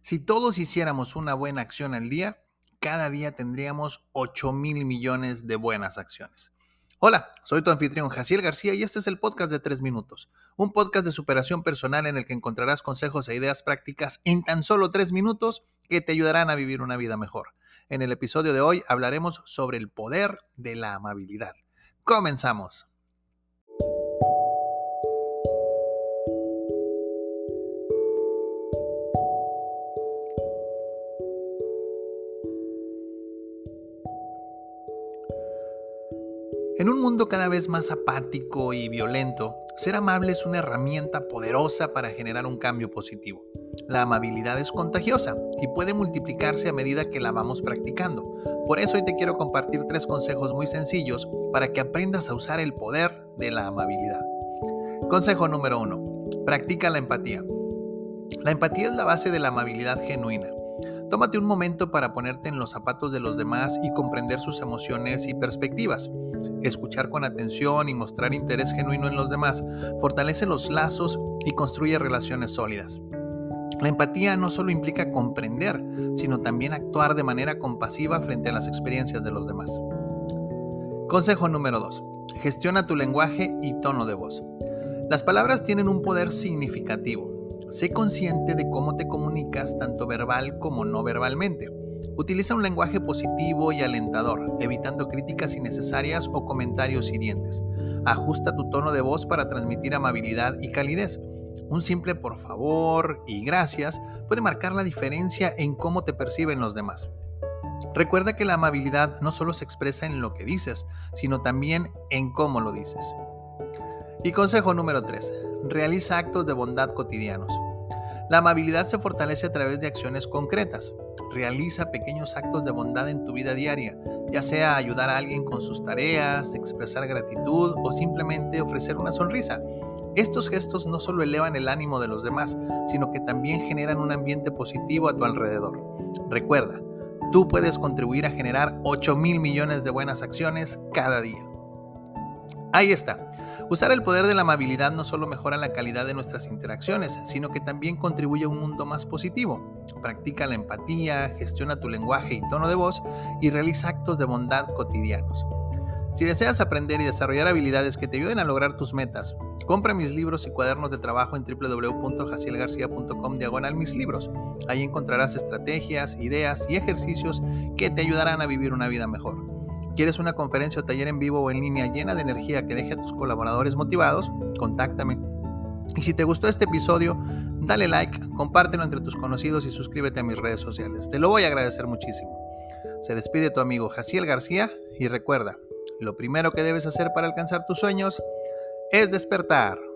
Si todos hiciéramos una buena acción al día, cada día tendríamos 8,000 millones de buenas acciones. Hola, soy tu anfitrión Jaciel García y este es el podcast de 3 minutos. Un podcast de superación personal en el que encontrarás consejos e ideas prácticas en tan solo 3 minutos que te ayudarán a vivir una vida mejor. En el episodio de hoy hablaremos sobre el poder de la amabilidad. ¡Comenzamos! En un mundo cada vez más apático y violento, ser amable es una herramienta poderosa para generar un cambio positivo. La amabilidad es contagiosa y puede multiplicarse a medida que la vamos practicando. Por eso hoy te quiero compartir 3 consejos muy sencillos para que aprendas a usar el poder de la amabilidad. Consejo número 1. Practica la empatía. La empatía es la base de la amabilidad genuina. Tómate un momento para ponerte en los zapatos de los demás y comprender sus emociones y perspectivas. Escuchar con atención y mostrar interés genuino en los demás fortalece los lazos y construye relaciones sólidas. La empatía no solo implica comprender, sino también actuar de manera compasiva frente a las experiencias de los demás. Consejo número 2. Gestiona tu lenguaje y tono de voz. Las palabras tienen un poder significativo. Sé consciente de cómo te comunicas tanto verbal como no verbalmente. Utiliza un lenguaje positivo y alentador, evitando críticas innecesarias o comentarios hirientes. Ajusta tu tono de voz para transmitir amabilidad y calidez. Un simple por favor y gracias puede marcar la diferencia en cómo te perciben los demás. Recuerda que la amabilidad no solo se expresa en lo que dices, sino también en cómo lo dices. Y consejo número 3. Realiza actos de bondad cotidianos. La amabilidad se fortalece a través de acciones concretas. Realiza pequeños actos de bondad en tu vida diaria, ya sea ayudar a alguien con sus tareas, expresar gratitud o simplemente ofrecer una sonrisa. Estos gestos no solo elevan el ánimo de los demás, sino que también generan un ambiente positivo a tu alrededor. Recuerda, tú puedes contribuir a generar 8,000 millones de buenas acciones cada día. Ahí está. Usar el poder de la amabilidad no solo mejora la calidad de nuestras interacciones, sino que también contribuye a un mundo más positivo. Practica la empatía, gestiona tu lenguaje y tono de voz y realiza actos de bondad cotidianos. Si deseas aprender y desarrollar habilidades que te ayuden a lograr tus metas, compra mis libros y cuadernos de trabajo en www.jacielgarcia.com/mislibros. Ahí encontrarás estrategias, ideas y ejercicios que te ayudarán a vivir una vida mejor. ¿Quieres una conferencia o taller en vivo o en línea llena de energía que deje a tus colaboradores motivados? Contáctame. Y si te gustó este episodio, dale like, compártelo entre tus conocidos y suscríbete a mis redes sociales. Te lo voy a agradecer muchísimo. Se despide tu amigo Jaciel García y recuerda, lo primero que debes hacer para alcanzar tus sueños es despertar.